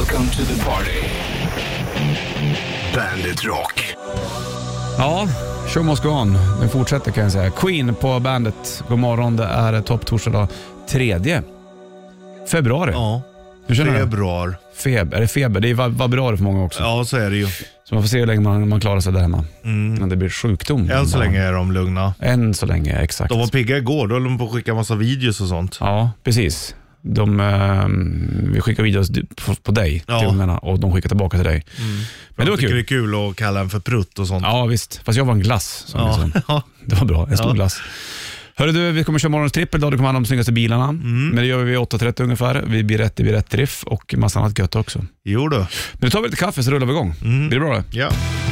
Welcome to the party. Bandit Rock. Ja, show must go on. Den fortsätter kan jag säga. Queen på bandet. God morgon, det är topp torsdag då. 3 februari. Ja, Hur känner du? februari. Är det feber? Det är vabrari för många också. Ja, så är det ju. Så man får se hur länge man klarar sig där hemma. Men det blir sjukdom. Än så länge är de lugna. Än så länge, exakt. De var pigga igår, då höll de på att skicka en massa videos och sånt. Ja, precis. Vi skickar videos på dig till ungarna och de skickar tillbaka till dig. Men det var kul. Det är kul att kalla en för prutt och sånt. Ja, visst. Fast jag var en glass. Som Ja. Det var bra, en stor glass. Hörru du, vi kommer köra morgonens trippel då. Det kommer handla om de snyggaste bilarna. Men det gör vi vid 8.30 ungefär. Vi blir rätt riff och massa annat gött också. Jo då. Men nu tar vi lite kaffe så rullar vi igång. Blir det bra det? Ja.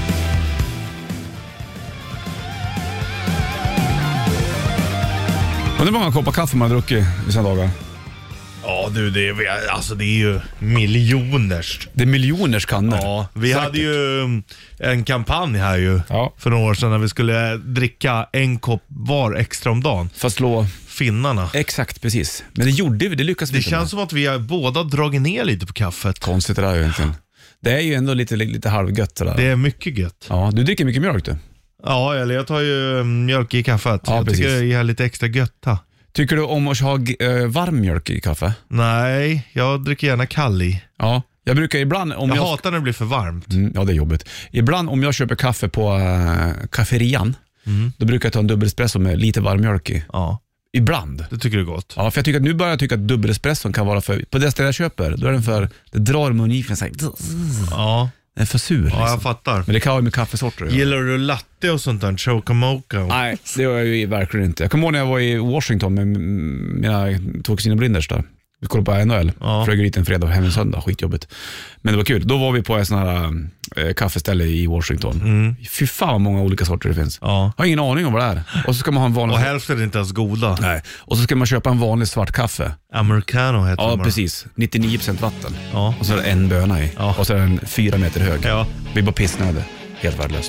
Och det är många koppar kaffe man har druckit i sina dagar. Ja du, det är ju miljoners. Det är miljoners kannor. Ja, vi hade ju en kampanj här ju för några år sedan när vi skulle dricka en kopp var extra om dagen. För att slå finnarna. Exakt, precis. Men det gjorde vi, det lyckades vi. Det känns som att vi har båda dragit ner lite på kaffet. Konstigt det där egentligen. Det är ju ändå lite halvgött det där. Det är mycket gött. Ja, du dricker mycket mjölk du. Ja, eller jag tar ju mjölk i kaffet. Ja, jag tycker det är lite extra götta. Tycker du om att ha varm mjölk i kaffe? Nej, jag dricker gärna kall i. Ja, jag brukar ibland... Jag hatar när det blir för varmt. Ja, det är jobbigt. Ibland om jag köper kaffe på kafferian, då brukar jag ta en dubbelespresso med lite varm mjölk i. Ja. Ibland. Det tycker du är gott. Ja, för jag tycker att nu börjar jag tycka att dubbelespresson kan vara för... På det stället jag köper, då är den för... Det drar mungifen så här. Ja. Den är för sur. Liksom. Ja, jag fattar. Men det kan vara med kaffesorter. Gillar du latte och sånt där? Choca mocha? Nej, det gör jag ju verkligen inte. Jag kommer ihåg när jag var i Washington med mina 2 kusiner Blinders där. Vi kollade på NHL. Flög dit en fredag och hem en söndag. Skitjobbigt. Men det var kul. Då var vi på en sån här kaffeställe i Washington. Fy fan vad många olika sorter det finns. Ja. Jag har ingen aning om vad det är. Och så ska man ha en vanlig... Och hälften är inte ens goda. Nej. Och så ska man köpa en vanlig svart kaffe. Americano heter det. Ja, precis. 99% vatten. Ja. Och så är det en böna i. Ja. Och så är den 4 meter hög. Ja. Vi bara pissnöde. Helt värdelöst.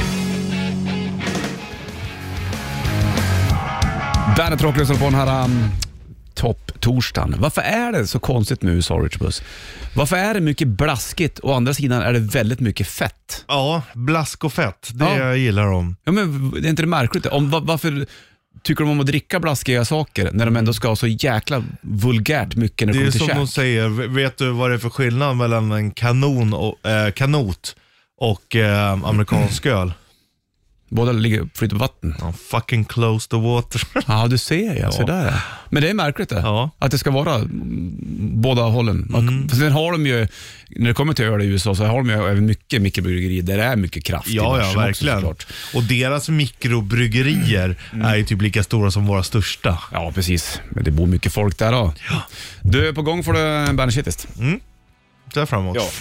Bandet Rock lyssnar på den här topp-torsdagen. Varför är det så konstigt med USA, Richard Puss? Varför är det mycket blaskigt och å andra sidan är det väldigt mycket fett? Ja, blask och fett. Det jag gillar de. Ja, men det är inte det märkligt? Varför tycker de om att dricka blaskiga saker när de ändå ska ha så jäkla vulgärt mycket när det kommer till käk? Det är som de säger, vet du vad det är för skillnad mellan en kanot och amerikansk öl? Båda ligger flyter på vatten. Fucking close the water. Ja, du ser jag. Så där. Men det är märkligt det. Ja. Att det ska vara båda hållen. Sen har de ju, när det kommer till öl i USA så har de ju även mycket mikrobryggerier där det är mycket kraft. Ja, verkligen. Och deras mikrobryggerier är ju typ lika stora som våra största. Ja, precis. Men det bor mycket folk där då. Ja. Du är på gång för det Bandit Shitlist. Där framåt. Ja.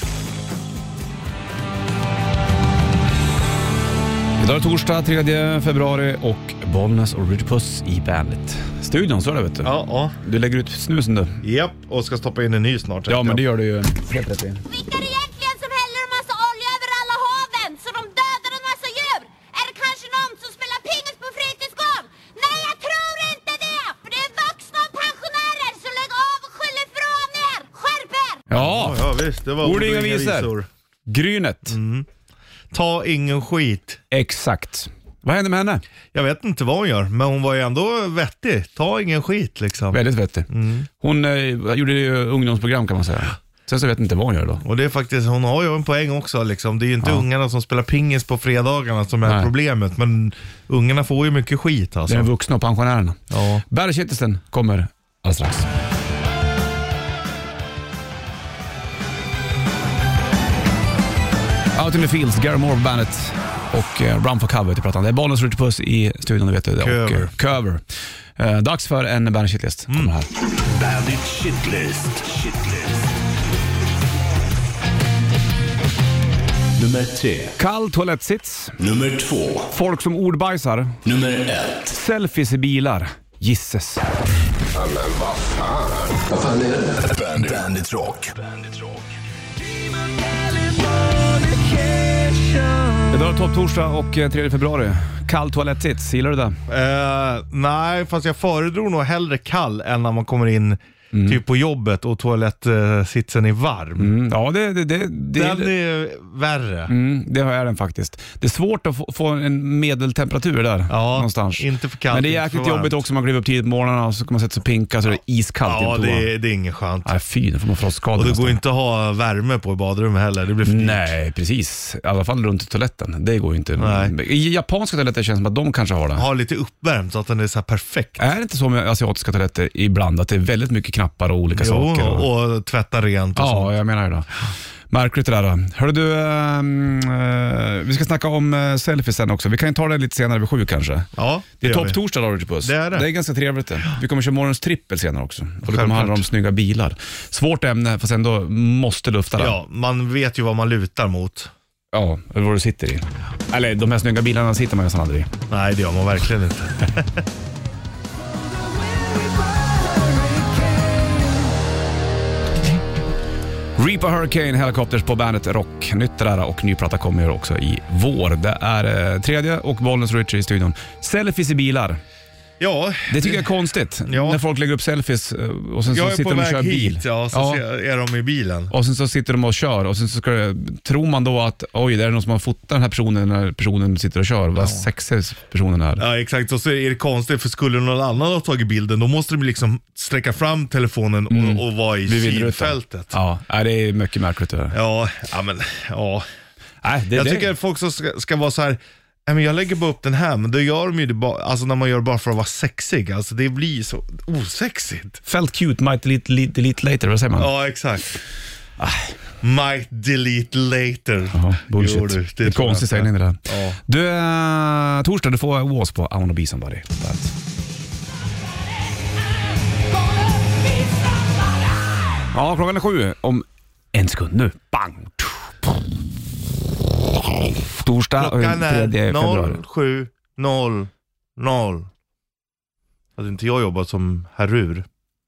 Idag är torsdag 3 februari och Bollnäs och Richard Puss i Bandet. Studion, så är det, vet du. Ja. Du lägger ut snusen du. Japp, och ska stoppa in en ny snart. Ja, men det gör du ju helt rätt i. Vilka är det egentligen som häller en massa olja över alla haven så de dödar en massa djur? Är det kanske någon som spelar pingis på fritidsgården? Nej, jag tror inte det! För det är vuxna och pensionärer, så lägg av och skyll ifrån er! Skärp er! Ja, visst. Det var ord och inga visor. Grynet. Ta ingen skit. Exakt. Vad hände med henne? Jag vet inte vad hon gör, men hon var ju ändå vettig. Ta ingen skit liksom. Väldigt vettig. Hon gjorde ju ungdomsprogram kan man säga. Sen så vet jag inte vad hon gör då. Och det är faktiskt, hon har ju en poäng också liksom. Det är ju inte ungarna som spelar pingis på fredagarna som är problemet. Men ungarna får ju mycket skit alltså. Det är vuxna och pensionärerna. Ja. Bandit Shitlisten kommer alldeles strax. Out in the Fields, Gary Moore på Bandet och Run for Cover till plattan. Det är Bollnäs Richard Puss i studion, du vet det. Cover. Och Cover. Dags för en Bandit Shitlist. Kommer här. Bandit Shitlist. Nummer 3. Kall toalettsits. Nummer 2. Folk som ordbajsar. Nummer 1. Selfies i bilar. Gisses. Men vad fan? Vad fan är det? Bandit Rock. Idag är topp torsdag och 3 februari. Kall toalettsits, gillar du det? Nej, fast jag föredrar nog hellre kall än när man kommer in typ på jobbet och toalettsitsen är varm. Ja, Den är värre. Det är den faktiskt. Det är svårt att få en medeltemperatur där någonstans. Inte för kallt. Men det är jäkligt jobbigt också. Man kliver upp tidigt på morgonen och så kan man sätta sig och pinka så det är iskallt. Ja, det är ingen skönt. Nej, fy, då får man frostskador. Och det går inte att ha värme på i badrummet heller. Det blir för dyrt. Nej, precis. I alla fall runt toaletten. Det går ju inte. Nej. I japanska toaletter känns det som att de kanske har det. Ha lite uppvärmt så att den är så här perfekt. Är det inte så med asiatiska toaletter ibland att det är väldigt mycket knappar och olika saker? Och tvätta rent och sånt. Ja, jag menar ju det. Märkligt det där då. Hörru du, vi ska snacka om selfies sen också. Vi kan ju ta det lite senare vid 7 kanske. Ja, det är topptorsdag då, Richard Puss. Det är det. Det är ganska trevligt det. Vi kommer köra morgonens trippel senare också. Och det kommer handla om snygga bilar. Svårt ämne, fast ändå måste lufta det. Ja, man vet ju vad man lutar mot. Ja, eller vad du sitter i. Eller de här snygga bilarna sitter man nästan aldrig i. Nej, det gör man verkligen inte. Reaper Hurricane Helicopters på bandet Rock. Nytt där och ny platta kommer ju också i vår. Det är tredje och Bollnäs Richard i studion. Selfies i bilar. Ja. Det tycker jag är konstigt. Ja. När folk lägger upp selfies och sen så sitter de och kör bil. Hit, ja, så är de i bilen. Och sen så sitter de och kör och sen så tror man då att oj, det är någon som har fotat den här personen när personen sitter och kör. Vad sexig personen är. Ja, exakt. Och så är det konstigt, för skulle någon annan ha tagit bilden, då måste de liksom sträcka fram telefonen och vara i synfältet. Ja, det är mycket märkligt det här. Ja, men ja. Nej, jag tycker att folk ska vara så här. Men jag lägger bara upp den här, men då gör de ju det bara, alltså när man gör det bara för att vara sexig. Alltså det blir så osexigt. Felt cute, might delete later, vad säger man? Ja, exakt. Might delete later. Jaha, bullshit. Det är konstig sägning det där. Ja. Du, torsdag, du får Was på I Wanna Be Somebody. Ja, klockan är 7 om en sekund nu. Bang! Torsdag, klockan 3 är februari. 07:00. Hade inte jag jobbat som herrur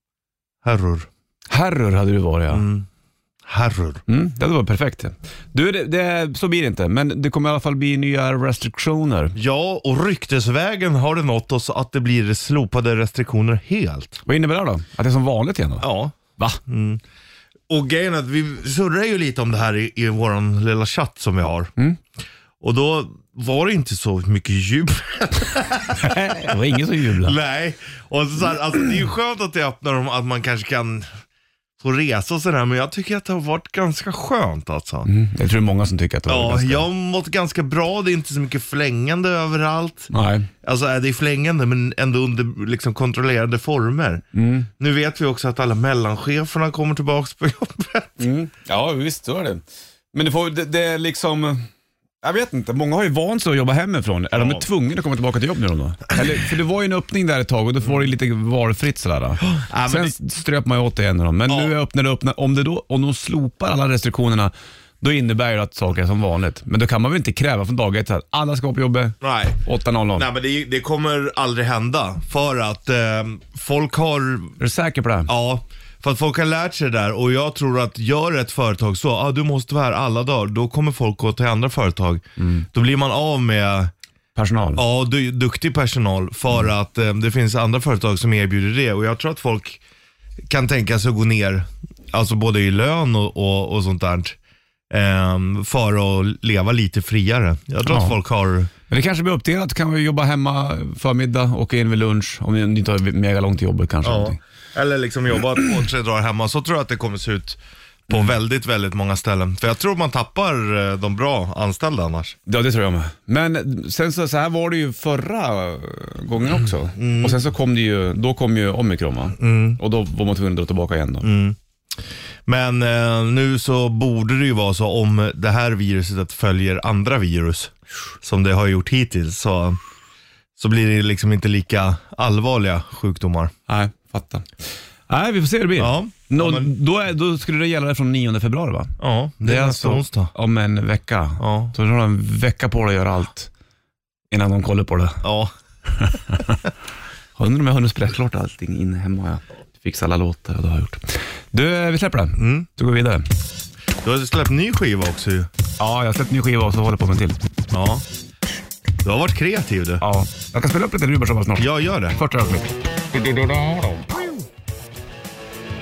hade du varit, ja. Herrur. Det var perfekt. Du, så blir det inte. Men det kommer i alla fall bli nya restriktioner. Ja, och ryktesvägen har det nått oss att det blir slopade restriktioner helt. Vad innebär det då? Att det är som vanligt igen då? Ja. Va? Och grejen är att vi surrar ju lite om det här i våran lilla chatt som vi har. Och då var det inte så mycket jubel. Det var ingen som jublade. Nej, och så här, alltså, det är ju skönt att det öppnar dem, att man kanske kan få resa och sådär, men jag tycker att det har varit ganska skönt alltså. Jag tror många som tycker att det var ganska... jag har mått ganska bra, det är inte så mycket flängande överallt. Nej. Alltså det är flängande, men ändå under liksom kontrollerade former. Nu vet vi också att alla mellancheferna kommer tillbaka på jobbet. Ja, visst, så är det. Men det är liksom... Jag vet inte, många har ju vant sig att jobba hemifrån. Är de tvungna att komma tillbaka till jobb nu då? Eller, för det var ju en öppning där ett tag och då var det lite valfritt sådär. Sen ströp man ju åt det igen då. Men nu öppnar det upp. Om de slopar alla restriktionerna, då innebär det att saker är som vanligt. Men då kan man väl inte kräva från dag ett att alla ska på jobbet 8:00. Nej, men det kommer aldrig hända. För att folk har... Är du säker på det? Ja, för att folk har lärt sig det där. Och jag tror att gör ett företag så, du måste vara här alla dagar, då kommer folk gå till andra företag. Då blir man av med personal. Ja, duktig personal. För att det finns andra företag som erbjuder det. Och jag tror att folk kan tänka sig att gå ner, alltså både i lön och sånt där, för att leva lite friare. Jag tror att folk har... Men det kanske blir uppdelat. Kan vi jobba hemma förmiddag och in vid lunch om ni inte har mega långt till jobbet kanske. Eller liksom jobba 2-3 dagar hemma. Så tror jag att det kommer se ut på väldigt, väldigt många ställen. För jag tror man tappar de bra anställda annars. Ja, det tror jag med. Men sen så här var det ju förra gången också. Och sen så kom ju omikron, va? Och då var man tvungen att dra tillbaka igen då. Men nu så borde det ju vara så, om det här viruset följer andra virus som det har gjort hittills, så blir det liksom inte lika allvarliga sjukdomar. Nej, fattar. Nej, vi får se hur det blir. Ja, då skulle det gälla från 9 februari, va? Ja, det är alltså onsdag. Om en vecka. Ja. Så du har en vecka på dig att göra allt innan de kollar på det. Ja. Har du med hunnit spela klart allting in hemma? Jag fixar alla låtar och det har jag gjort. Du, vi släpper det. Så går vi vidare. Du har släppt ny skiva också ju. Ja, jag har släppt ny skiva och så håller på med en till. Ja. Du har varit kreativ du. Ja, jag kan spela upp lite Rubersson snart. Jag gör det. Första ögonblick.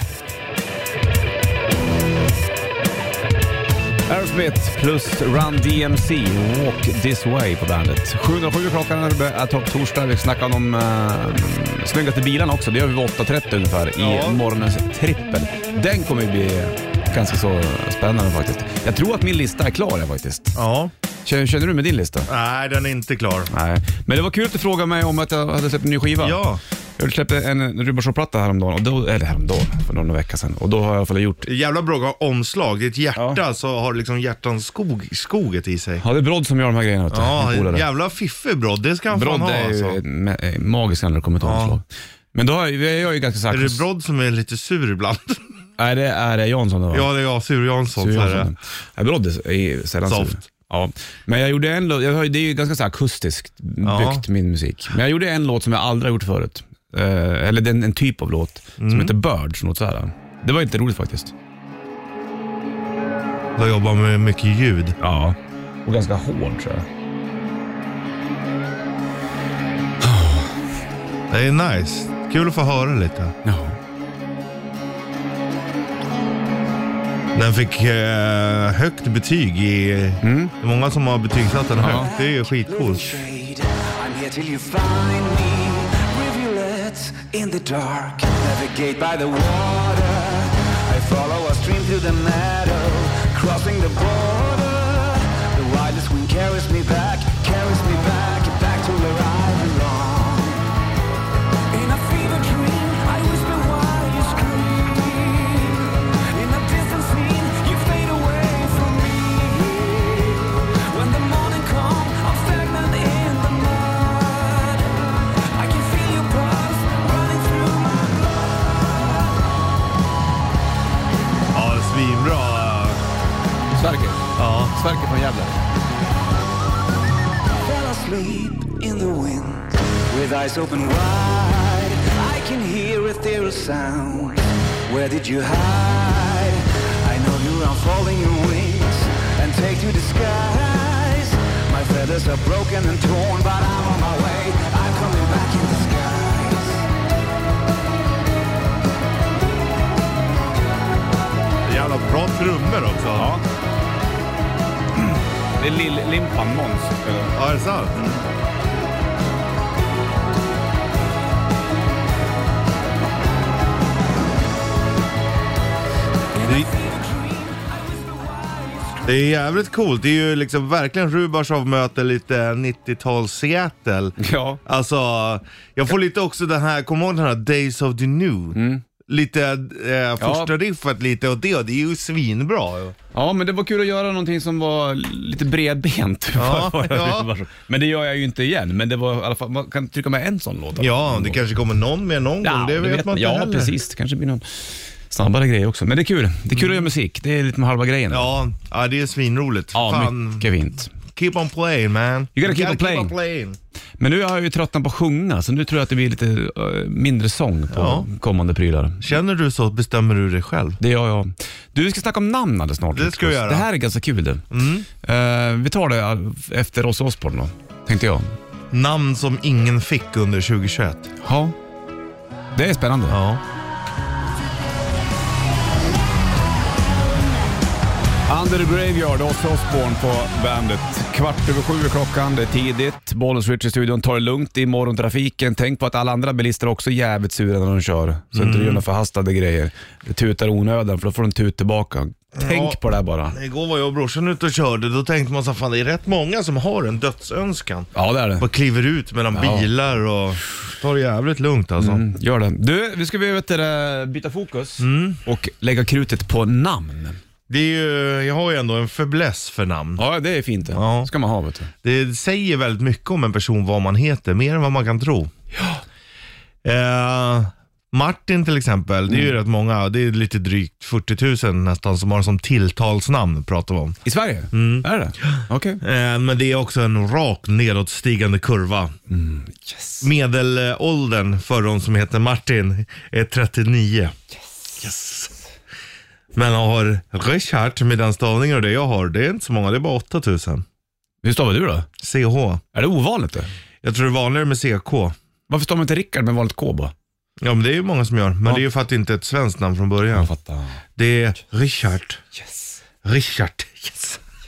Smith plus Run DMC, Walk This Way på bandet. 707 klockan är topp-torsdag. Vi snackar om snyggaste bilarna också. Det gör vi vid 8.30 ungefär i morgonens trippel. Den kommer ju bli ganska så spännande faktiskt. Jag tror att min lista är klar faktiskt. Ja. Känner du med din lista? Nej, den är inte klar. Nej, men det var kul att du frågade mig om att jag hade släppt en ny skiva. Ja. Jag släppte en Rubbershow-platta häromdagen, för några veckor sedan. Och då har jag i alla fall gjort... Jävla bra omslag. Ditt hjärta så har liksom hjärtans skoget i sig. Ja, det är Brodd som gör de här grejerna. Ja, jävla fiffig Brodd. Det ska han fan ha. Brodd är ju magisk när det kommer till omslag. Men då är jag ju ganska sagt... Är det Brodd som är lite sur ibland? Nej, det är Jansson. Då. Ja, det är jag, Sur Jansson. Brodd är sällan soft. sur. Ja, men jag gjorde en låt, det är ju ganska så akustiskt byggt min musik. Men jag gjorde en låt som jag aldrig har gjort förut. Eller en typ av låt som heter Birds, något så här. Det var inte roligt faktiskt. Jag jobbar med mycket ljud. Ja, och ganska hård tror jag. Det är nice. Kul att få höra lite. Ja. Den fick högt betyg i... Det är många som har betygsatt den högt. Det är ju skitcoolt. In the dark, navigate by the water. I follow a stream through the meadow, crossing the border. The wildest wind carries me back to where I belong. In a fever dream, I whisper while you scream. In a distant scene, you fade away from me. When the morning comes, I'm stagnant in the mud. I can feel your pulse running through my blood. Ja, svinbra. Sverker? Ja. Sverker från Gävle. Fell asleep in the wind with eyes open wide. I can hear ethereal sound. Where did you hide? I know you're unfolding your wings and take to the skies. My feathers are broken and torn, but I'm on my way. I'm coming back in the skies. Jävla bra trummor också. Ja. Det är Limpan Måns. Ja, är det sant? Det är jävligt coolt. Det är ju liksom verkligen Rubbershow möter lite 90-tals Seattle. Ja. Alltså, jag får lite också den här, kommer ihåg den här Days of the New? Lite första riffet lite och det är ju svinbra. Ja, men det var kul att göra någonting som var lite bredbent. Ja. Men det gör jag ju inte igen. Men det var i alla fall, man kan trycka med en sån låt. Ja, det kanske kommer någon med någon gång. Det vet man inte heller. Ja, precis. Det kanske blir någon snabbare grej också. Men det är kul. Det är kul att göra musik. Det är lite med halva grejen. Ja, det är svinroligt. Ja, fan. mycket fint. Keep on playing, man. You gotta keep on playing. Men nu har jag ju tröttnat på att sjunga, så nu tror jag att det blir lite mindre sång på kommande prylar. Känner du så bestämmer du dig själv. Det gör jag. Du, vi ska snacka om namn alldeles snart. Det ska vi göra. Det här är ganska kul det. Vi tar det efter Ozzy Osbourne då, tänkte jag. Namn som ingen fick under 2021. Ja, det är spännande. Ja. Under the Graveyard, Ozzy Osbourne på bandet. 7:15 klockan, det är tidigt. Bollens Rich i studion, tar det lugnt i morgontrafiken. Tänk på att alla andra bilister är också jävligt sura när de kör. Så inte du gör några förhastade grejer. Det tutar onödan, för då får de tut tillbaka. Tänk på det här bara. Igår var jag och brorsan ute och körde. Då tänkte man så fan, det är rätt många som har en dödsönskan. Ja, det är det. Bara kliver ut mellan bilar och tar det jävligt lugnt alltså. Gör det. Du, vi ska byta fokus och lägga krutet på namn. Det är ju, jag har ju ändå en fäbless för namn. Ja, det är fint det. Ja. Ska man ha, vet du. Det säger väldigt mycket om en person vad man heter, mer än vad man kan tro. Ja. Martin till exempel, det är ju rätt många, det är lite drygt 40 000 nästan som har som tilltalsnamn, pratar vi om. I Sverige? Är det? Okej. Men det är också en rak nedåtstigande kurva. Yes. Medelåldern för de som heter Martin är 39. Yes. Men har Richard med den stavningen och det jag har, det är inte så många, det är bara 8 000. Hur stavar du då? CH. Är det ovanligt det? Jag tror det är vanligare med CK. Varför stavar man inte Rickard med vanligt K bara? Ja, men det är ju många som gör. Men det är ju för att det inte är ett svenskt namn från början. Jag fattar. Det är Richard. Yes. Richard. Yes.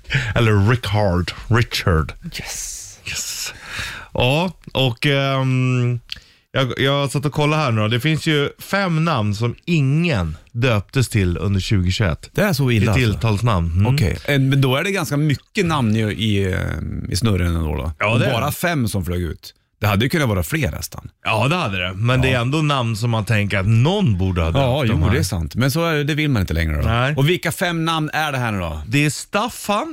Eller Richard. Yes. Ja, och jag satt och kollade här nu då. Det finns ju 5 namn som ingen döptes till under 2021. Det är så illa. I tilltalsnamn. Okej, men då är det ganska mycket namn i snurren ändå då. Ja, och det är bara det. 5 som flög ut. Det hade ju kunnat vara fler nästan. Ja, det hade det. Men det är ändå namn som man tänker att någon borde ha döpt. Ja, de jo, här. det är sant. Men så är det vill man inte längre då. Nej. Och vilka 5 namn är det här nu då? Det är Staffan.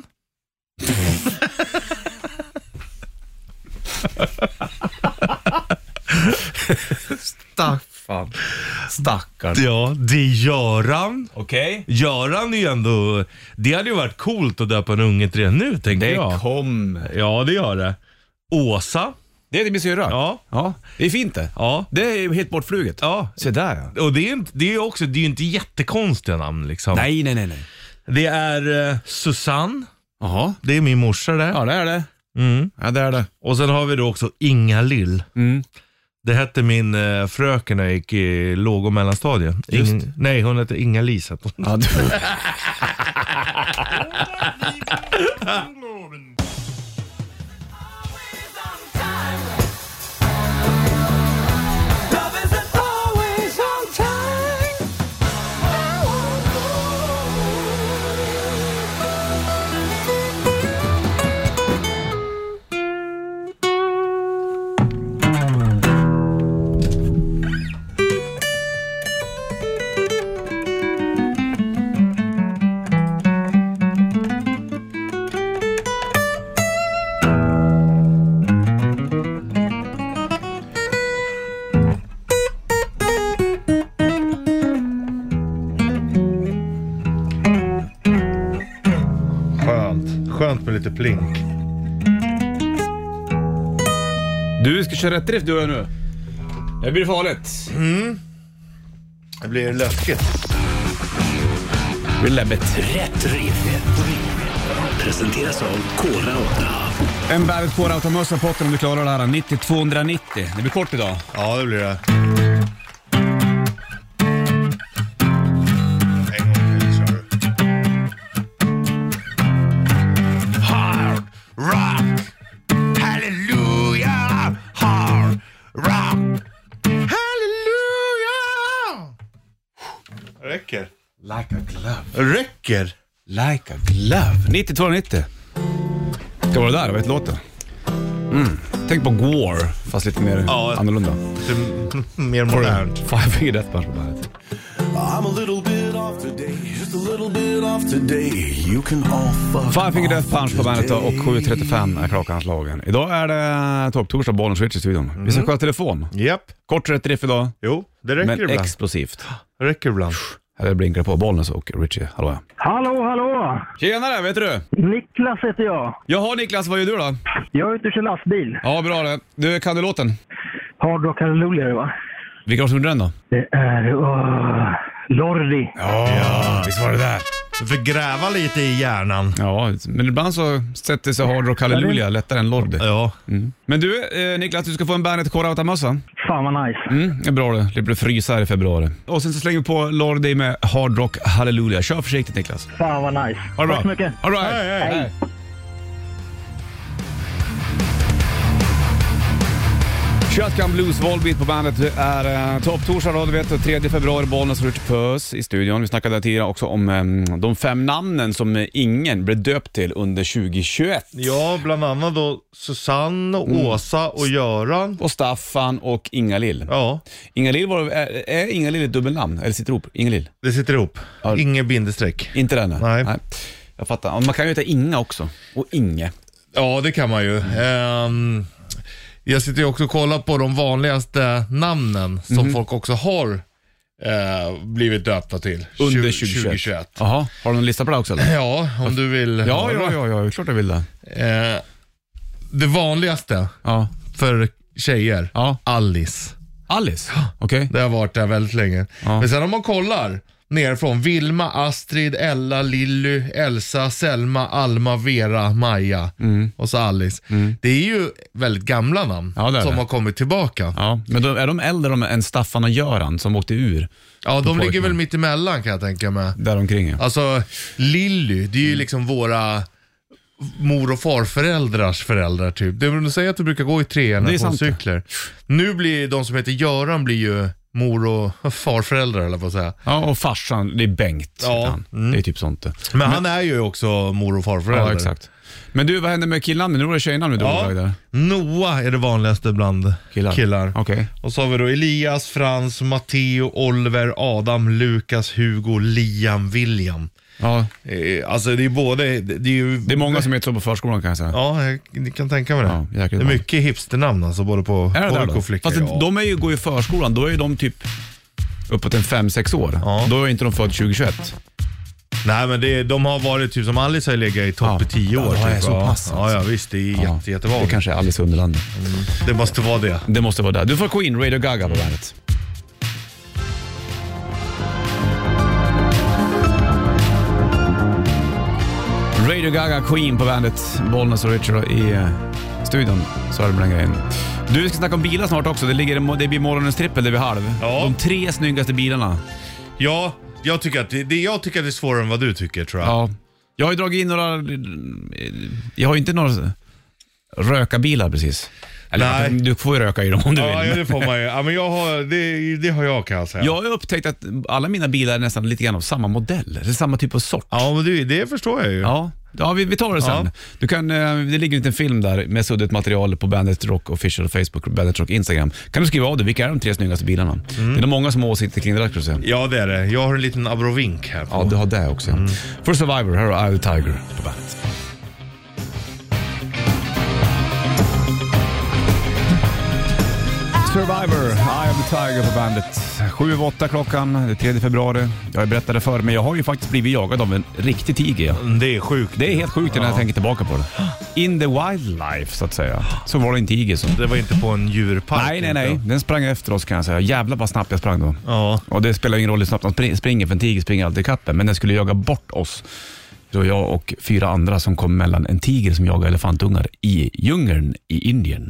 Staffan. Stackarn. Ja, det är Göran. Okej. Göran är ju ändå... Det hade ju varit coolt att döpa en unge till det nu, tänker Det jag. kommer. Ja, det gör det. Åsa. Det är min syrra. Ja. Det är fint det. Ja. Det är ju helt bortfluget. Ja. Se där ja. Och det är ju inte jättekonstiga namn liksom. Nej. Det är Susanne. Jaha. Det är min morsa där. Ja, det är det. Mm. Ja, det är det. Och sen har vi då också Inga-Lill. Mm. Det hette min fröken när jag gick i låg- och mellanstadiet. Nej, hon hette Inga-Lis. Ja, Skönt med lite plink. Du ska köra rätt drift du och jag nu. Det blir farligt. Det blir lökigt. Det blir läbbigt. Rätt riff. Presenteras av Kora 8. En Bandet Kora 8-mössa på 8 om du klarar det här. 90-290. Det blir kort idag. Ja, det blir det. En gång till kör du. Hard rock. Halleluja. Hard rock. Halleluja. Räcker. Like a glove. Räcker. Like a glove. 90-290. Ska vara där, vet låten. Tänk på Gwar, fast lite mer annorlunda. Mer modernt. Five Finger Death Punch på bandet. I'm a little bit off today, just a little bit off today. You can all fuck Five Finger Death off Punch på bandet och today. 7.35 är klockan slagen. Idag är det topptorsdag, Bollnäs Switch i studion. Vi ska kolla telefon. Japp. Kort rätt riff idag, Jo, det räcker men ibland. explosivt. Räcker ibland. Här blinkar det på Bollnäs och Richie. Hallå ja. Hallå! Tjenare, vet du? Niklas heter jag. Jaha Niklas, vad gör du då? Jag är ute och kör lastbil. Ja, bra det. Du, kan du låten? Hard Rock Hallelujah, va? Vilka har som gjorde den då? Det är Lordi. Ja, visst var det där. Du får gräva lite i hjärnan. Ja, men ibland så sätter sig Hard Rock Hallelujah lättare än Lordi. Ja. Men du, Niklas, du ska få en Bandet Kora-mössa. Fan vad nice. Det är bra det. Det blir frysa här i februari. Och sen så slänger vi på Lordi med Hard Rock Hallelujah. Kör försiktigt Niklas. Fan vad nice. Ha det bra. Tack så mycket. All right. Hej. Shotgun Blues Volbeat på bandet. Det är topptorsdag då, du vet, 3 februari, Bollnäs och Richard Puss i studion. Vi snackade tidigare också om de 5 namnen som ingen blev döpt till under 2021. Ja, bland annat då Susanne och Åsa och Göran. Och Staffan och Inga-Lill. Ja, Inga-Lill är Inga-Lill ett dubbelnamn? Eller sitter ihop? Inga-Lill? det sitter ihop. Ja. Inget bindestreck. Inte den? Nej. Jag fattar. Man kan ju heta Inga också. Och Inge. Ja, det kan man ju. Jag sitter ju också och kollar på de vanligaste namnen som folk också har blivit döpta till. Under 2021. Jaha, har du en lista på det också eller? Ja, om du vill. Ja, klart jag vill det. Det vanligaste Ja. för tjejer, Ja. Alice. Alice? Okej. Det har varit där väldigt länge. Ja. Men sen om man kollar nerifrån, Vilma, Astrid, Ella, Lilly, Elsa, Selma, Alma, Vera, Maja och så Alice. Det är ju väldigt gamla namn Ja, det är som det. har kommit tillbaka. Ja, men då är de äldre än Staffan och Göran som åkte ur Ja, de ligger pojkarna. väl mitt emellan kan jag tänka mig. där omkring. Ja. Alltså Lilly, det är ju liksom mor- och farföräldrars föräldrar typ. Det vill säga att du brukar gå i 3 på cykler. Nu blir de som heter Göran blir ju mor- och farföräldrar eller vad säga. Ja, och farsan, det är Bengt. Ja. Det är typ sånt. Men han är ju också mor- och farförälder. Ja, exakt. Men du, vad händer med killarna? Nu är det tjejnamn du där. Noah är det vanligaste bland killar. Okej. Och så har vi då Elias, Frans, Matteo, Oliver, Adam, Lukas, Hugo, Liam, William. Ja. Alltså det är både... Det är många som heter så på förskolan kan jag säga. Ja, jag kan tänka mig det. Ja, det är mycket hipsternamn alltså, både på pojk och flickor. Fast de går ju i förskolan, då är ju de typ uppåt en 5-6 år. Ja. Då är inte de född 2021. Nej, men de har varit typ som Alice har legat i topp i 10 år. Ja, typ. så pass. Ja, visst, det är jättevanligt. Det kanske är Alice Underland. Det måste vara det. Det måste vara det. Du får Queen, Radio Gaga på bandet. Radio Gaga, Queen på bandet. Bollnäs och Richard i studion. Så är det med den grejen. Du ska snacka om bilar snart också. Det blir morgonens trippel där vid halv. Ja. De 3 snyggaste bilarna. Ja, jag tycker att det är svårare än vad du tycker, tror jag. Ja. Jag har ju dragit in jag har ju inte några röka-bilar precis. Eller, du får ju röka i dem om du vill. Ja, det får man ju. Ja, men det har jag, kan jag säga. Jag har upptäckt att alla mina bilar är nästan lite grann av samma modell. Det är samma typ av sort. Ja, men det förstår jag ju. Ja, vi tar det sen. Ja. Du kan, det ligger en liten film där med suddigt material på Bandit Rock Official Facebook och Bandit Rock Instagram. Kan du skriva av det? Vilka är de 3 snyggaste bilarna? Det är nog många som har åsikter kring det där, kan du säga. Ja, det är det. Jag har en liten abrovink här på. Ja, du har det också. For Survivor, här har I the Tiger på Bandit. Survivor, I am the Tiger på bandet. 7:08 klockan, det är 3 februari. Jag berättade förr, men jag har ju faktiskt blivit jagad av en riktig tiger. Det är sjukt. Det är helt sjukt när jag tänker tillbaka på det. In the wildlife, så att säga. Så var det en tiger som... Det var inte på en djurpark. Nej. Den sprang efter oss, kan jag säga. Jävlar vad snabbt jag sprang då. Ja. Och det spelar ingen roll hur snabbt man springer, för en tiger springer alltid i kappen. Men den skulle jaga bort oss. Så jag och 4 andra som kom mellan en tiger som jagar elefantungar i djungeln i Indien.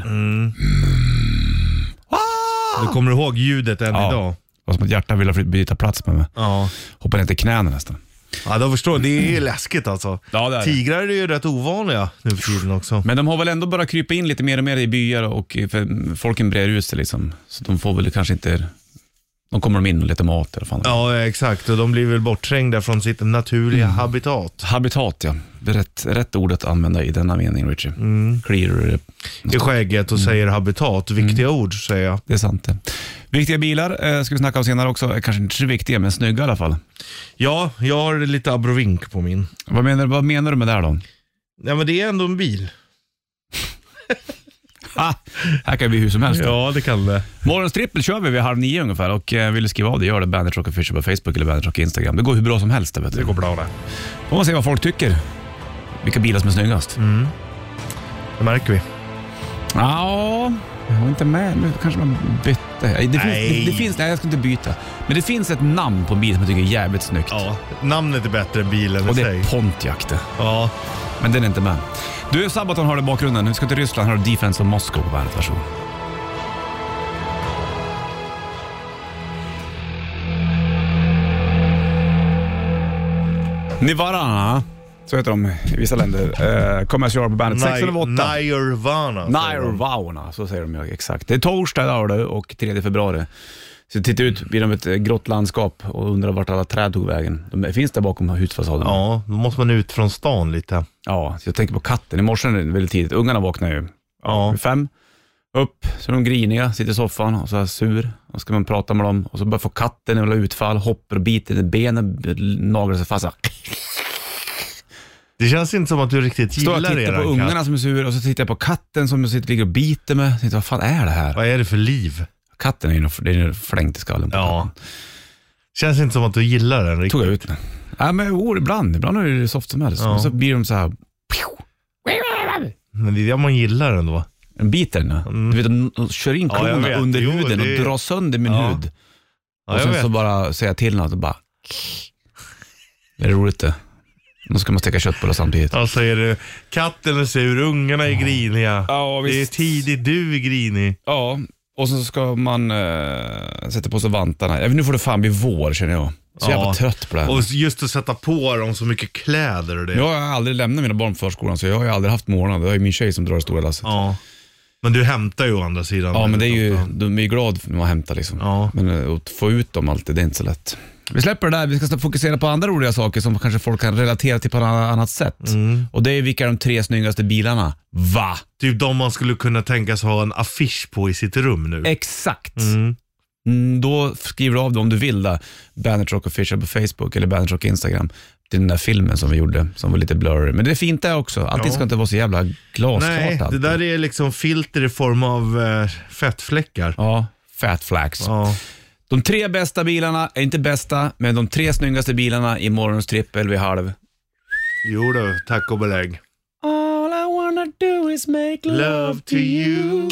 Du kommer ihåg ljudet än idag? Det var som att hjärtat ville byta plats med mig. Ja. Hoppa ner till knäna nästan. Ja, då förstår. Det är läskigt alltså. Ja, det är det. Tigrar är ju rätt ovanliga nu för tiden också. Men de har väl ändå börjat krypa in lite mer och mer i byar och folken brer ut sig liksom. Så de får väl kanske inte... De kommer in och lite mat eller fan. Ja, exakt. Och de blir väl bortträngda från sitt naturliga habitat. Habitat, ja. Det är rätt ordet att använda i denna mening, Richie. Clear. I skägget och säger habitat. Viktiga ord, säger jag. Det är sant det. Viktiga bilar ska vi snacka om senare också. Kanske inte så viktiga, men snygga i alla fall. Ja, jag har lite abrovink på min. Vad menar du med det här då? Ja, men det är ändå en bil. Här kan vi hur som helst. Ja, det kan det. Morgons trippel kör vi vid 8:30 ungefär. Och vill du skriva av det, gör det. Bandit Rock Official på Facebook eller Bandit Rock Instagram. Det går hur bra som helst. Vet du. Det går bra det. Får man se vad folk tycker. Vilka bilar som är snyggast. Det märker vi. Ja, jag var inte med. Nu kanske man bytte. Det finns, nej, jag ska inte byta. Men det finns ett namn på en bil som jag tycker är jävligt snyggt. Ja, namnet är bättre än bilen. Och det är Pontiac det. Ja. Men den är inte med. Du, Sabaton har det i bakgrunden. Nu ska till Ryssland. Här har du Defense of Moscow på bandet. Varsågod. Nirvana, så heter de i vissa länder. Kommer jag köra på bandet 608. Nirvana, så säger de ju exakt. Det är torsdag idag och 3 februari. Så tittar ut vid ett grått landskap och undrar vart alla träd tog vägen. De finns där bakom husfasaden. Ja, då måste man ut från stan lite. Ja, så jag tänker på katten. I morse är det väldigt tidigt. Ungarna vaknar ju 5. Upp, så är de griniga, sitter i soffan och så är sur. Och ska man prata med dem och så börjar få katten en utfall, hoppar och biter i benen, naglar sig fast. Det känns inte som att du riktigt gillar det. Jag tittar på ungarna som är sur och så tittar jag på katten som ligger och biter med. Jag tänkte, vad fan är det här? Vad är det för liv? Katten är ju flängt i skallen på katten. Känns inte som att du gillar den riktigt. Tog jag ut den. Ja, men ibland är det soft som helst. Och så blir de så här. Men det är det man gillar ändå. En biter den. Du vet, de kör in klorna under huden och drar sönder min hud. Och sen så bara säger jag till något och bara. Det är roligt det. Nu ska man steka köttbullar samtidigt. Ja, säger du, katten är sur, ungarna är griniga. Ja, visst. Det är tidigt, du är grinig. Ja, och så ska man sätta på sig vantarna. Nu får det fan bli vår, känner jag. Så jävla trött på det här. Och just att sätta på dem så mycket kläder och det. Jag har aldrig lämnat mina barn på förskolan, så jag har ju aldrig haft morgonen. Det är ju min tjej som drar det stora lasset. Ja. Men du hämtar ju å andra sidan. Ja, men det är ju, de är ju glada när man hämtar liksom. Ja. Men att få ut dem alltid, det är inte så lätt. Vi släpper det där, vi ska fokusera på andra roliga saker som kanske folk kan relatera till på något annat sätt. Och det är vilka är de 3 snyggaste bilarna. Va? Typ de man skulle kunna tänka sig ha en affisch på i sitt rum nu. Exakt. Då skriver du av det om du vill där. Bandit Rock Official på Facebook eller Bandit Rock Instagram. till den där filmen som vi gjorde, som var lite blurry. Men det är fint där också. Allting ska inte vara så jävla glasklart. Nej, alltid. det där är liksom filter i form av fettfläckar. Ja, fat flags. Ja. De 3 bästa bilarna är inte bästa, men de 3 snyggaste bilarna i morgons trippel vid halv. Jo då, tack och belägg. All I wanna do is make love to you.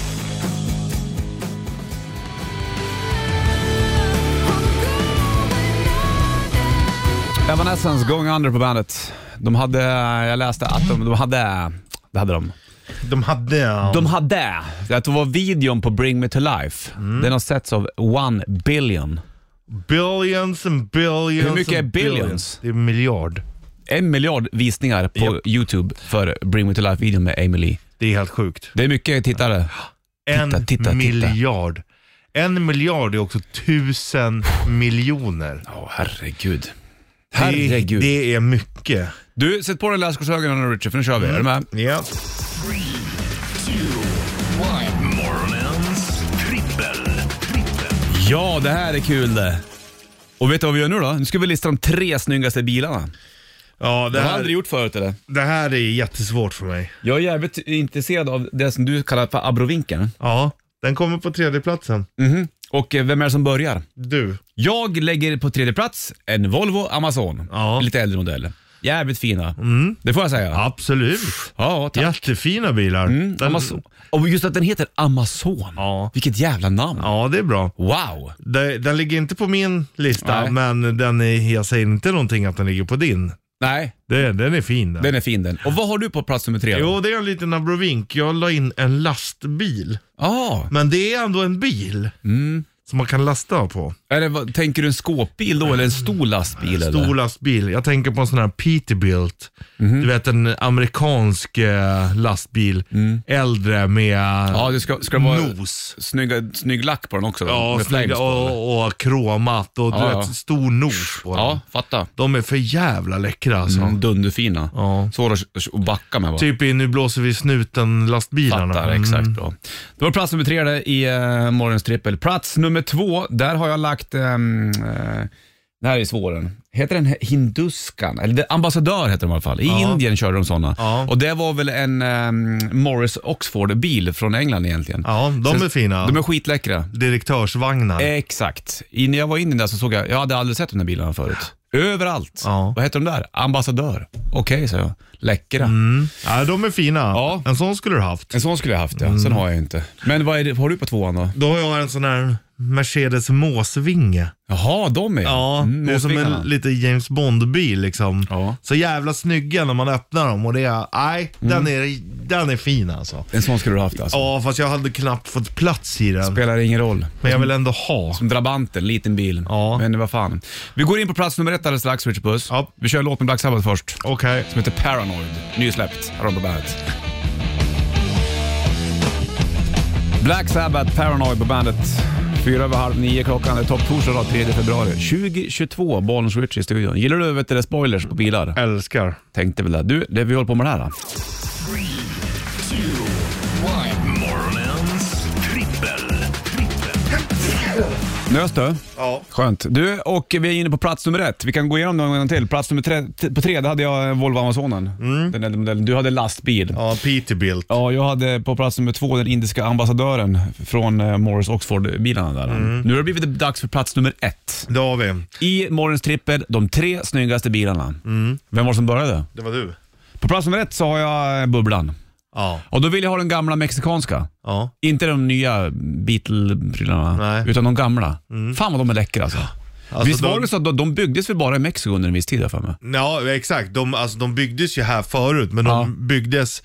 Evanescence, Going Under på bandet. De hade, jag läste att de hade, det hade de. De hade. Det var videon på Bring Me To Life. Den har setts av 1 billion. Billions and billions. Hur mycket är and billions? Det är en miljard. 1 miljard visningar på YouTube för Bring Me To Life-videon med Emily. Det är helt sjukt. Det är mycket tittare. En miljard. 1 miljard är också 1000 miljoner. Herregud. Det är mycket. Du, sätt på dig läsgårdsögonen nu, Richard, för nu kör vi. Är du med? Ja. 3, 2, 1. Morgonens trippel. Ja, det här är kul det. Och vet du vad vi gör nu då? Nu ska vi lista de 3 snyggaste bilarna. Ja, Det har jag aldrig gjort förut eller? Det här är jättesvårt för mig. Jag är jävligt intresserad av det som du kallar för abrovinkeln. Ja, den kommer på 3:e platsen. Och vem är det som börjar? Du. Jag lägger på 3:e plats en Volvo Amazon. Ja. Lite äldre modell. Jävligt fina. Det får jag säga. Absolut. Ja, tack. Jättefina bilar. Amazon. Och just att den heter Amazon. Ja. Vilket jävla namn. Ja, det är bra. Wow. Den ligger inte på min lista, Nej. men jag säger inte någonting att den ligger på din. Nej, Den är fin. den är fin den. Och vad har du på plats nummer 3? Jo, det är en liten abrovink. Jag la in en lastbil. Men det är ändå en bil som man kan lasta på. Tänker du en skåpbil då eller en stor lastbil? Stor lastbil. Jag tänker på en sån här Peterbilt. Du vet, en amerikansk lastbil. Äldre med Ja, ska det vara nos. snygg lack på den också? Ja, med flames på, eller? och kromat och du vet, stor nos på den. Ja, fatta. De är för jävla läckra alltså. Dunderfina. Ja. Svåra att backa med. Typ i Nu blåser vi snuten lastbilarna. Fattar, exakt bra. Det var plats nummer 3 där i morgons trippel. Plats nummer 2, där har jag lagt det här är svåren. Heter den Hinduskan? Eller Ambassadör heter de i alla fall. I Indien körde de sådana. Ja. Och det var väl en Morris Oxford-bil från England egentligen. Ja, de är fina. De är skitläckra. Direktörsvagnar. Exakt. När jag var inne där så såg jag hade aldrig sett de där bilarna förut. Överallt. Ja. Vad heter de där? Ambassadör. Okej, så jag. Läckra. Ja, de är fina. Ja. En sån skulle du haft. En sån skulle jag haft, ja. Sen har jag inte. Men vad har du på 2:an då? Då har jag en sån här Mercedes Måsvinge. Jaha, de är. Ja, det är som en lite James Bond-bil liksom. Ja. Så jävla snygga när man öppnar dem. Och det är, den är fin alltså. En sån skulle du haft alltså. Ja, fast jag hade knappt fått plats i den. Spelar ingen roll. Men jag vill ändå ha. Som Drabanten, liten bil. Ja. Men vad fan. Vi går in på plats nummer 1 alldeles strax, Richard Puss. Ja. Vi kör en låt med Black Sabbath först. Okej. Som heter Paranoid. Nysläppt. Här på bandet. Black Sabbath, Paranoid på bandet. 8:45 klockan. Det är topp torsdag då, 3 februari 2022. Bollnäs Rich i studion. Gillar du vet det spoilers på bilar? Älskar. Tänkte väl det. Du, det vi håller på med det här då. 3, 2, 1. Morgonens trippel. Nös du? Ja. Skönt. Du, och vi är inne på plats nummer 1. Vi kan gå igenom någon gång till. Plats nummer 3, på 3 där hade jag Volvo Amazonen. Den äldre modellen. Du hade lastbil. Ja, Peterbilt. Ja, jag hade på plats nummer 2 den indiska ambassadören från Morris Oxford-bilarna där. Nu har det blivit dags för plats nummer 1. Det har vi. I morgons trippel, de 3 snyggaste bilarna. Vem var det som började? Det var du. På plats nummer 1 så har jag Bubblan. Ja. Och då vill jag ha den gamla mexikanska. Ja. Inte de nya Beatle-prylarna, Nej. utan de gamla. Fan vad de är läckra alltså. Visst var det så att de byggdes väl bara i Mexiko under en viss tid för mig? Ja, exakt. De byggdes ju här förut, men de byggdes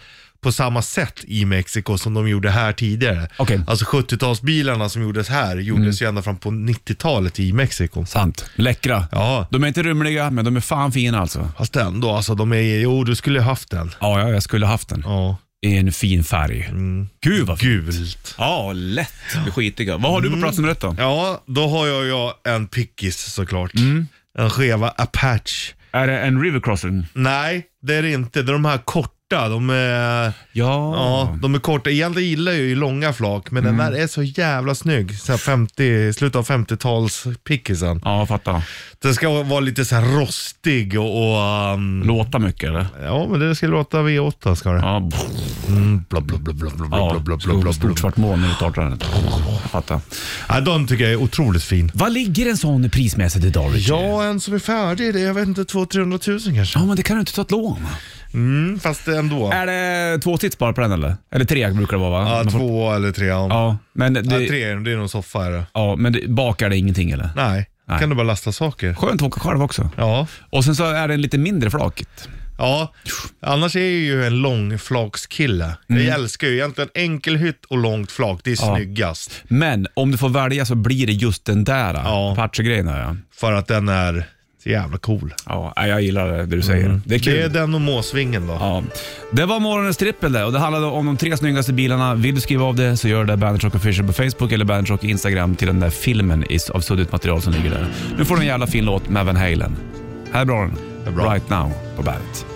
på samma sätt i Mexiko som de gjorde här tidigare. Okej. Alltså 70-talsbilarna som gjordes här gjordes ju ända fram på 90-talet i Mexiko. Sant. Läckra. Ja. De är inte rymliga, men de är fan fina alltså. Fast ändå, alltså de är, du skulle ha haft den. Ja, jag skulle haft den. Ja. I en fin färg. Gud vad fint. Gult. Ja, lätt. Det är skitiga. Vad har du på plats nummer 1 då? Ja, då har jag en pickis såklart. En skeva Apache. Är det en River Crossing? Nej, det är det inte. Det är de här korta. De är, Ja. de är korta. Egentligen gillar jag ju långa flak, men den där är så jävla snygg. Så här slutet av 50-tals pickisen. Ja, fattar. Den ska vara lite så här rostig och Låta mycket eller? ja, men det ska låta V8 ska det. Ja, Bla bla bla bla bla bla ja. bla bla bla. Stort svart moln när du startar den. Jag fattar. Ja, den tycker jag är otroligt fin. Vad ligger en sån prismässigt idag, Richard? Ja, en som är färdig, det är, jag vet inte, 200-300 000 kanske. Ja, men det kan du inte ta ett lån. Fast ändå. Är det 2 sits bara på den eller? Eller 3 brukar det vara va? Ja, 2 eller 3. Ja, men det, 3, det är någon soffa är det. ja, men bak är det ingenting eller? Nej, Nej. kan du bara lasta saker. Skönt att åka själv också. Ja. Och sen så är det en lite mindre flakigt. Ja, annars är jag ju en långflakskille. Jag älskar ju egentligen enkelhytt och långt flak, det är snyggast. Men om du får välja så blir det just den där Apache-grejen. Ja. För att den är så jävla cool. Ja, jag gillar det du säger. Det är kul. Det är den och måsvingen då. Ja. Det var morgonens trippel där och det handlade om de 3 snyggaste bilarna. Vill du skriva av det så gör det Bandit Rock Official på Facebook eller Bandit Rock Instagram till den där filmen av suddigt material som ligger där. Nu får du en jävla fin låt med Van Halen. Här är bra den. är bra. Right Now på Bandit.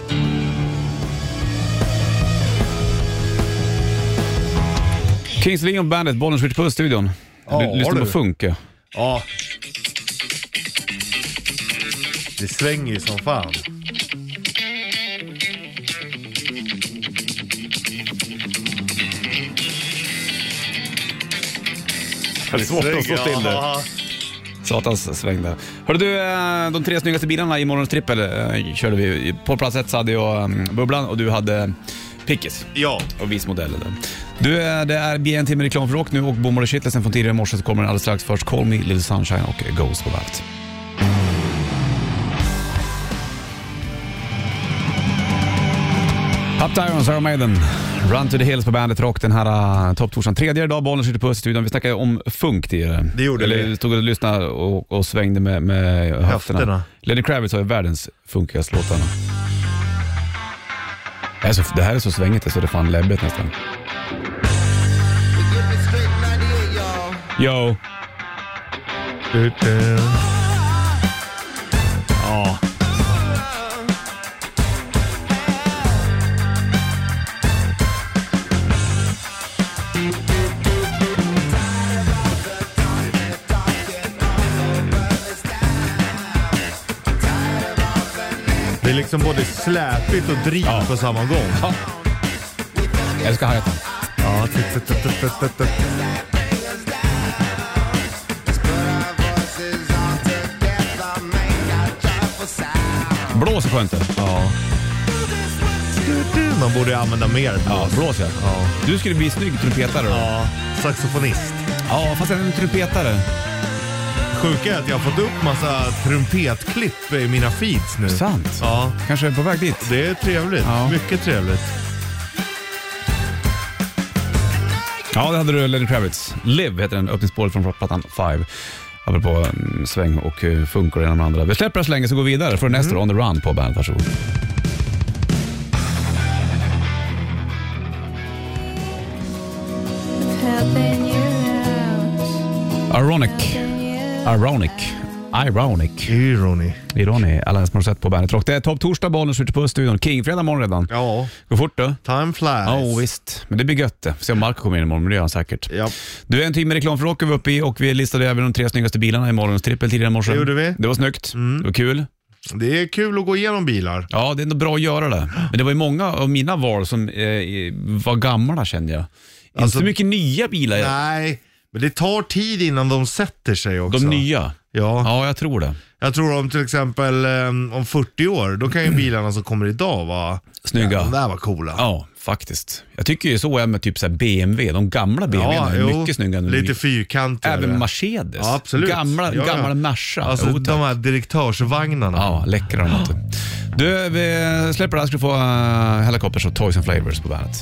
Kings Leon och Bandit, Bollnäs Switch på studion. Ja, Du lyssnar på funk. Ja. Det svänger ju som fan. Det är svårt att stå still där. Ja. Satans sväng där. Hörde du, de 3 snyggaste bilarna i morgonens trippel körde vi. På plats 1 så hade jag Bubblan och du hade Pickis. Ja. Och viss modell där. Du, det är en timme reklam för rock nu och bommar och shitlisten från tidigare i morse så kommer den alldeles strax. Först Call Me, Little Sunshine och Ghost på Bandet. Up Irons, Iron Maiden, Run to the Hills på Bandet Rock den här topptorsdagen. 3:e dag, bollen skjuter på studion. Vi snackade om funk tidigare. Det gjorde vi. Eller stod och lyssnade och svängde med höfterna. Lenny Kravitz har ju världens funkigaste låtarna. Det här är så svängigt så det är fan läbbigt nästan. Yo. Ja. Det är liksom både släpigt och driv på samma gång. Ja. Jag älskar hi-haten. Ja, Blås är skönt. ja. Man borde använda mer blås. Ja, blås ja. Du skulle bli snygg trumpetare då. Ja, saxofonist. Ja, fast en trumpetare. Sjuka är att jag har fått upp massa trumpetklipp i mina feeds nu. Sant. Ja, Kanske är på väg dit. det är trevligt. Ja. Mycket trevligt. Ja, det hade du Lenny Kravitz. Live heter den, öppningsspåret från plattan 5. Apropå sväng och funk och det ena med andra. Vi släpper så länge så går vi vidare. För nästa On the Run på bandet, varsågod. Ironi. Alla som har sett på Bandet Rock. Det är topp torsdag, bollen skjuter på studion. King, fredag morgon redan. Ja, Går fort du. time flies. Ja, visst. Men det blir gött det. Se om Marco kommer in imorgon, men det gör han säkert. Ja. Du, är en timme reklam för rock vi var uppe i och vi listade även de 3 snyggaste bilarna i morgonens trippel tidigare i morse. Det gjorde vi. Det var snyggt. Det var kul. Det är kul att gå igenom bilar. Ja, det är ändå bra att göra det. Men det var ju många av mina val som var gamla, kände jag. Inte Alltså, så mycket nya bilar. Nej, men det tar tid innan de sätter sig också. De nya? Ja. Ja, jag tror det. Jag tror om till exempel om 40 år, då kan ju bilarna som kommer idag vara Snygga. Ja, de där var coola. Ja, faktiskt. Jag tycker ju så är med typ så här BMW. De gamla BMW:na är mycket snyggare. Lite fyrkantiga. Även Mercedes. Ja, absolut. Gamla Merca. Alltså de här direktörsvagnarna. Ja, läckra de inte. Du, vi släpper det här. Ska du få Helicopters och Toys and Flavors på bandet.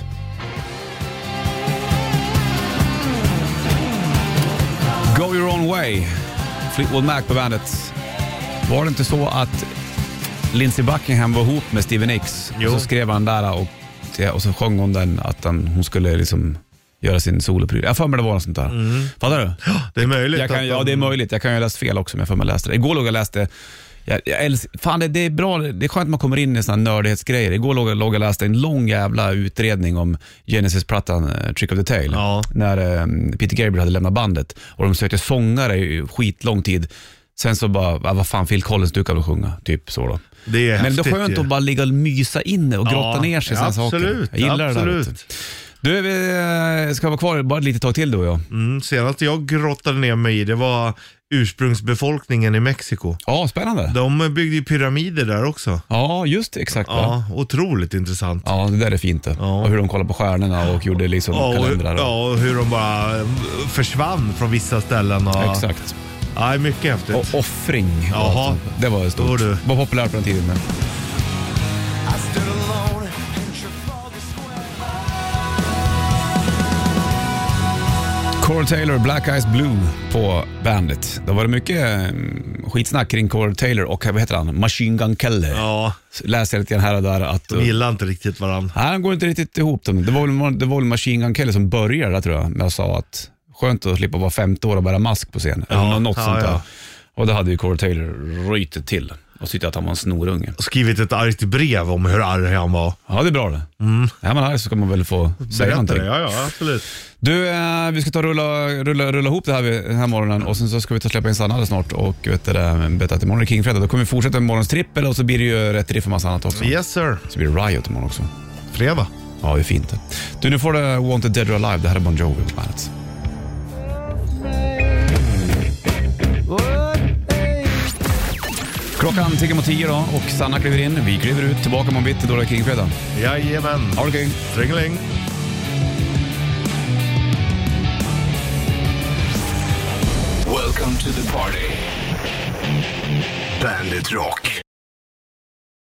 Go your own way. Fleetwood Mac på bandet. Var det inte så att Lindsey Buckingham var ihop med Stevie Nicks? Och så skrev han där och så sjöng hon den att hon skulle liksom göra sin solopryl. Jag får mig det var något sånt där. Fattar du? Ja, det är möjligt. Ja, det är möjligt. Jag kan ju ha läst fel också, men jag får mig läste det. Igår låg jag läste... Fan, det är bra. Det är skönt att man kommer in i såna nördighetsgrejer. Igår låg jag läste en lång jävla utredning om Genesis-plattan Trick of the Tail. Ja. När Peter Gabriel hade lämnat bandet. Och de sökte sångare i skitlång tid. Sen så bara, vad fan, Phil Collins du kan sjunga. Typ så då. Det är men det är skönt att bara ligga och mysa inne och grotta ner sig i såna saker. Jag gillar det där. Du, vi ska vara kvar bara lite tag till då, ja. Senast jag grottade ner mig i, det var ursprungsbefolkningen i Mexiko. Ja, spännande. De byggde ju pyramider där också. Ja, just det, exakt. Ja, otroligt intressant. Ja, det där är fint det. Ja. Och hur de kollade på stjärnorna och gjorde liksom kalendrar. Ja, och hur de bara försvann från vissa ställen. Och... Exakt. Ja, mycket häftigt. Och offring. Jaha. Det var stort. Det var populärt på den tiden. Men... Corey Taylor, Black Eyes Blue på bandet. Då var det mycket skitsnack kring Corey Taylor och vad heter han? Machine Gun Kelly. Ja. Läser lite grann här och där att... De gillar inte riktigt varandra. Nej, de går inte riktigt ihop dem. Det var väl Machine Gun Kelly som började där, tror jag. Men jag sa att skönt att slippa vara 50 år och bära mask på scen. Eller något sånt där. Och det hade ju Corey Taylor rytet till. Och tyckte att han var en snorunge. Och skrivit ett argt brev om hur arg han var. Ja, det är bra det. Ja, men här så kan man väl få säga någonting. Ja, absolut. Du, vi ska ta rulla ihop det här den här morgonen. Och sen så ska vi ta släppa in Sanna snart. Och berätta att imorgon är King-fredag. Då kommer vi fortsätta med morgons trippel. Och så blir det ju rätt riff och massa annat också. Yes sir. Så blir det Riot imorgon också. Fredag. Ja, det är fint det. Du, nu får du Wanted Dead or Alive. Det här är Bon Jovi på bandet. Klockan tickar mot 10 då och Sanna kliver in. Vi kliver ut, tillbaka på bitti då det är King-fredag. Jajamän. Ha det king. Tringeling. Welcome to the party. Bandit Rock.